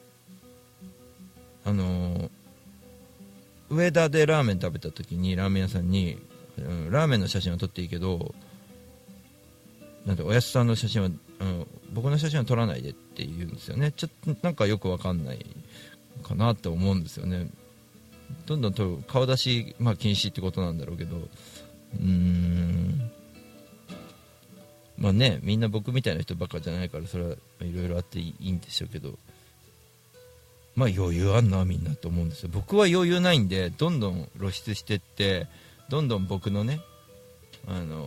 あのー、上田でラーメン食べた時にラーメン屋さんに、うん、ラーメンの写真は撮っていいけどなんでおやすさんの写真は、うん、僕の写真は撮らないでって言うんですよねちょっとなんかよくわかんないかなって思うんですよねどんどん撮る顔出し、まあ、禁止ってことなんだろうけどうーんまあねみんな僕みたいな人ばっかじゃないからそれはいろいろあっていいんでしょうけどまあ余裕あんなみんなと思うんですよ僕は余裕ないんでどんどん露出してってどんどん僕のねあの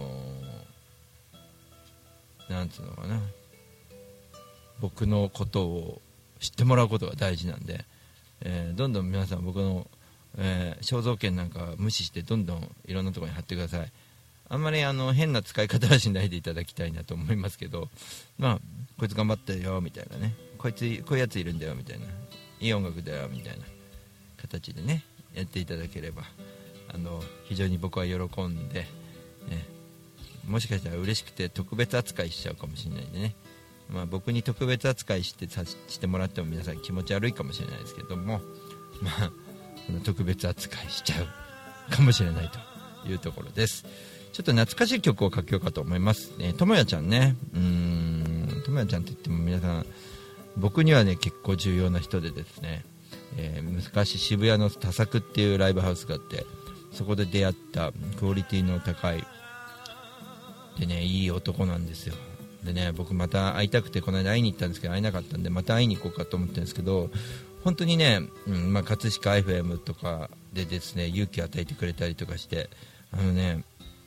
ー、なんつうのかな僕のことを知ってもらうことが大事なんで、えー、どんどん皆さん僕の、えー、肖像権なんか無視してどんどんいろんなところに貼ってくださいあんまりあの変な使い方はしないでいただきたいなと思いますけどまあこいつ頑張ってるよみたいなねこいつこういうやついるんだよみたいないい音楽だよみたいな形でねやっていただければあの非常に僕は喜んで、ね、もしかしたら嬉しくて特別扱いしちゃうかもしれないんでねまあ、僕に特別扱いしてさしてもらっても皆さん気持ち悪いかもしれないですけども、まあ、この特別扱いしちゃうかもしれないというところです。ちょっと懐かしい曲をかけようかと思います。えー、ともやちゃんね、うーん、ともやちゃんって言っても皆さん僕にはね結構重要な人でですね、えー、昔渋谷の多作っていうライブハウスがあって、そこで出会ったクオリティの高いでね、いい男なんですよ。でね、僕また会いたくてこの間会いに行ったんですけど会えなかったんでまた会いに行こうかと思ってるんですけど、本当にね、うんまあ、葛飾 エフエム とかでですね勇気を与えてくれたりとかして、あのね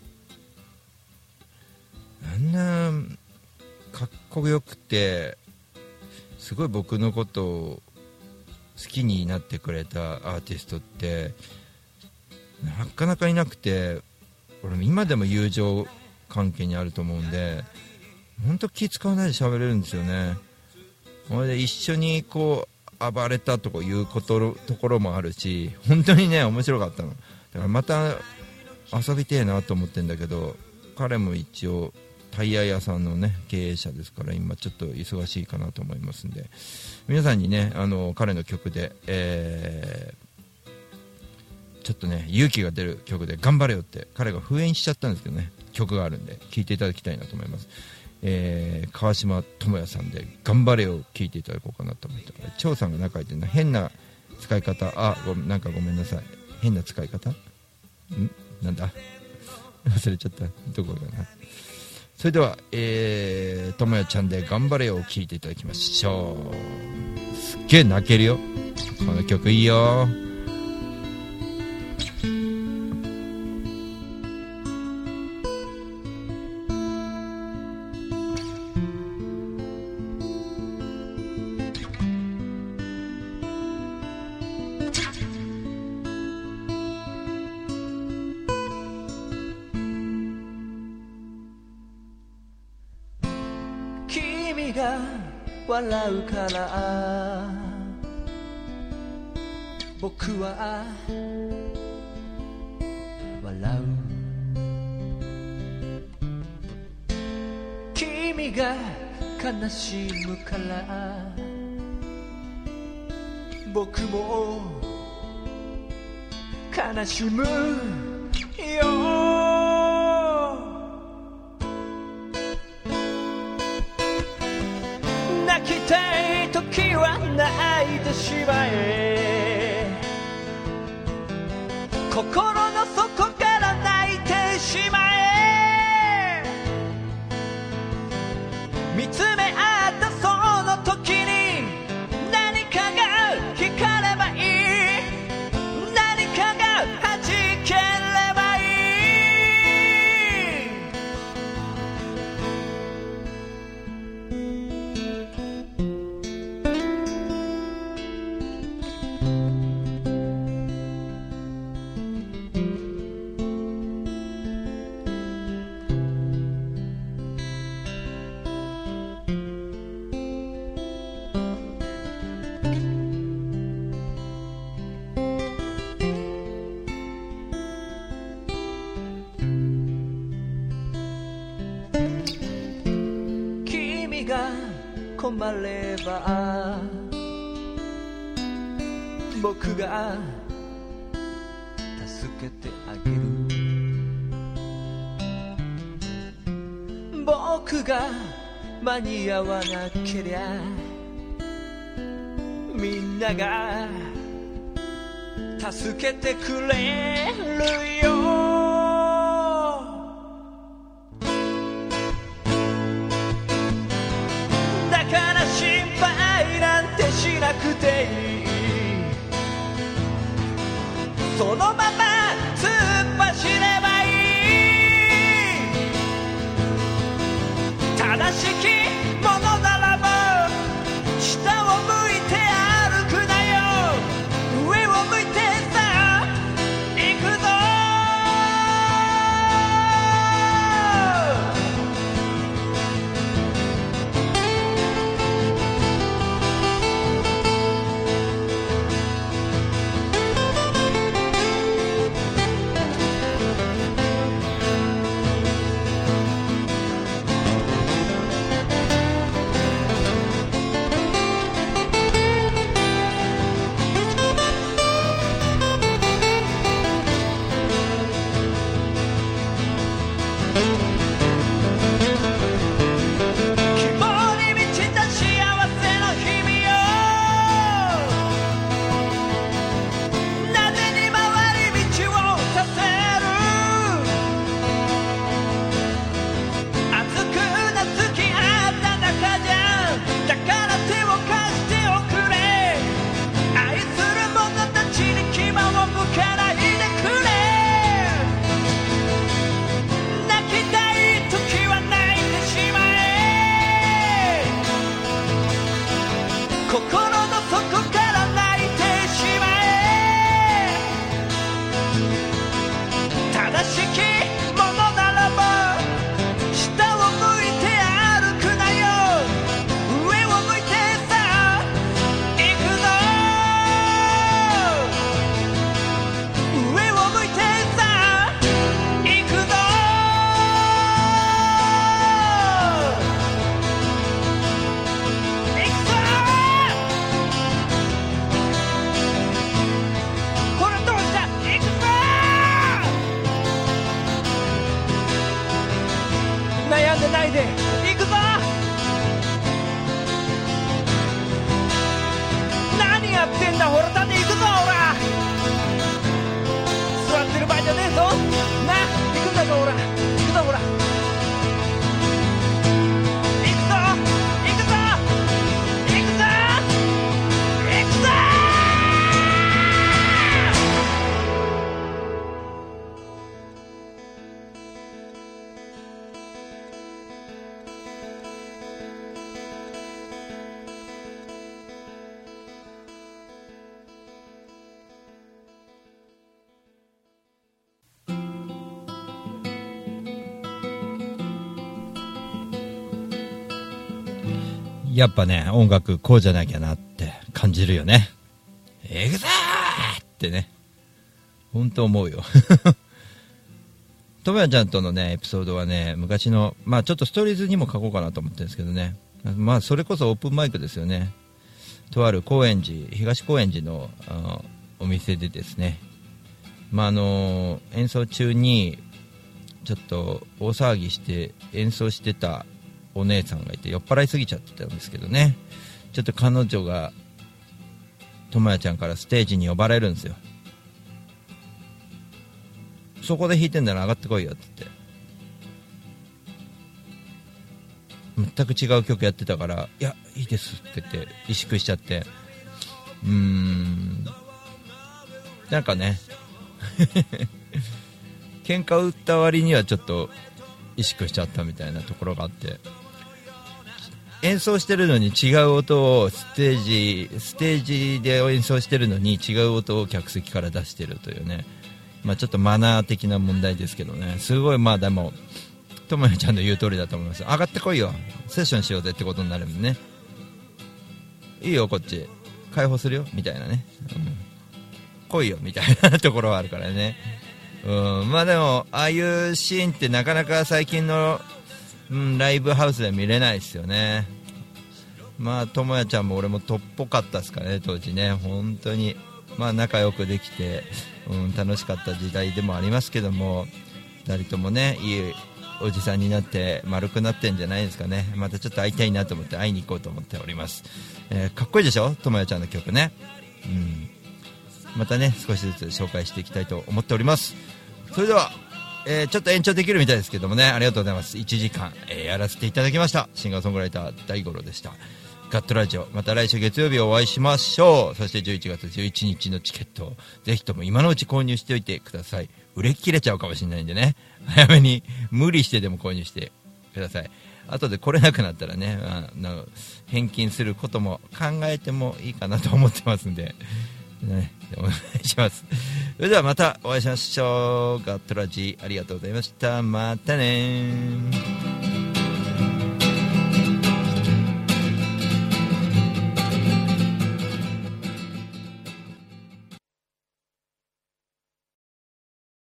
あんなかっこよくてすごい僕のことを好きになってくれたアーティストってなかなかいなくて、俺今でも友情関係にあると思うんで本当気使わないで喋れるんですよね。それで一緒にこう暴れたとかいうことところもあるし、本当にね面白かったのだからまた遊びてえなと思ってるんだけど、彼も一応タイヤ屋さんのね経営者ですから今ちょっと忙しいかなと思いますんで、皆さんにねあの彼の曲で、えー、ちょっとね勇気が出る曲で頑張れよって彼が封印しちゃったんですけどね曲があるんで聴いていただきたいなと思います。えー、川島智也さんで頑張れを聴いていただこうかなと思って、張さんが中入ってる変な使い方、あごなんかごめんなさい、変な使い方んなんだ忘れちゃったどこかな。それでは、えー、ともやちゃんで頑張れを聴いていただきましょう。すっげえ泣けるよこの曲、いいよ。 笑うから僕は笑う、君が悲しむから僕も悲しむよ。泣きたい時は泣いてしまえ、心の底から泣いてしまえ、見つめ合ったその時に何かが聞かればいい、何かが弾ければいい。困れば僕が助けてあげる、僕が間に合わなけりゃみんなが助けてくれるよ。しなくていい、そのまま突っ走ればいい、正しきものならば下を向いて歩くなよ、上を向いてさ行くぞ。 やっぱね音楽こうじゃなきゃなって感じるよね。エグザーってね本当思うよともやちゃんとのねエピソードはね昔のまあちょっとストーリーズにも書こうかなと思ってるんですけどね、まあそれこそオープンマイクですよね。とある高円寺東高円寺のあお店でですね、まああの演奏中にちょっと大騒ぎして演奏してたお姉さんがいて酔っ払いすぎちゃってたんですけどね、ちょっと彼女がともやちゃんからステージに呼ばれるんですよ。そこで弾いてんだら上がってこいよって言って全く違う曲やってたから、いやいいですって言って萎縮しちゃって、うーんなんかね喧嘩を打った割にはちょっと萎縮しちゃったみたいなところがあって、演奏してるのに違う音をステージステージで演奏してるのに違う音を客席から出してるというね、まあ、ちょっとマナー的な問題ですけどね、すごいまあでもともやちゃんの言う通りだと思います。上がってこいよセッションしようぜってことになるんでね、いいよこっち解放するよみたいなね、うん、来いよみたいなところはあるからね、うん、まあでもああいうシーンってなかなか最近の、うん、ライブハウスでは見れないですよね。まあともやちゃんも俺もとっぽかったですからね当時ね、本当にまあ仲良くできて、うん、楽しかった時代でもありますけども、ふたりともねいいおじさんになって丸くなってんじゃないですかね。またちょっと会いたいなと思って会いに行こうと思っております、えー、かっこいいでしょともやちゃんの曲ね、うん、またね少しずつ紹介していきたいと思っております。それでは、えー、ちょっと延長できるみたいですけどもね、ありがとうございます。いちじかん、えー、やらせていただきました。シンガーソングライター大五郎でした。ガットラジオ、また来週月曜日お会いしましょう。そしてじゅういちがつじゅういちにちのチケットをぜひとも今のうち購入しておいてください。売れ切れちゃうかもしれないんでね、早めに無理してでも購入してください。後で来れなくなったらね、あの返金することも考えてもいいかなと思ってますんで、ね、お願いします。それではまたお会いしましょう。ガットラジありがとうございました。またねー。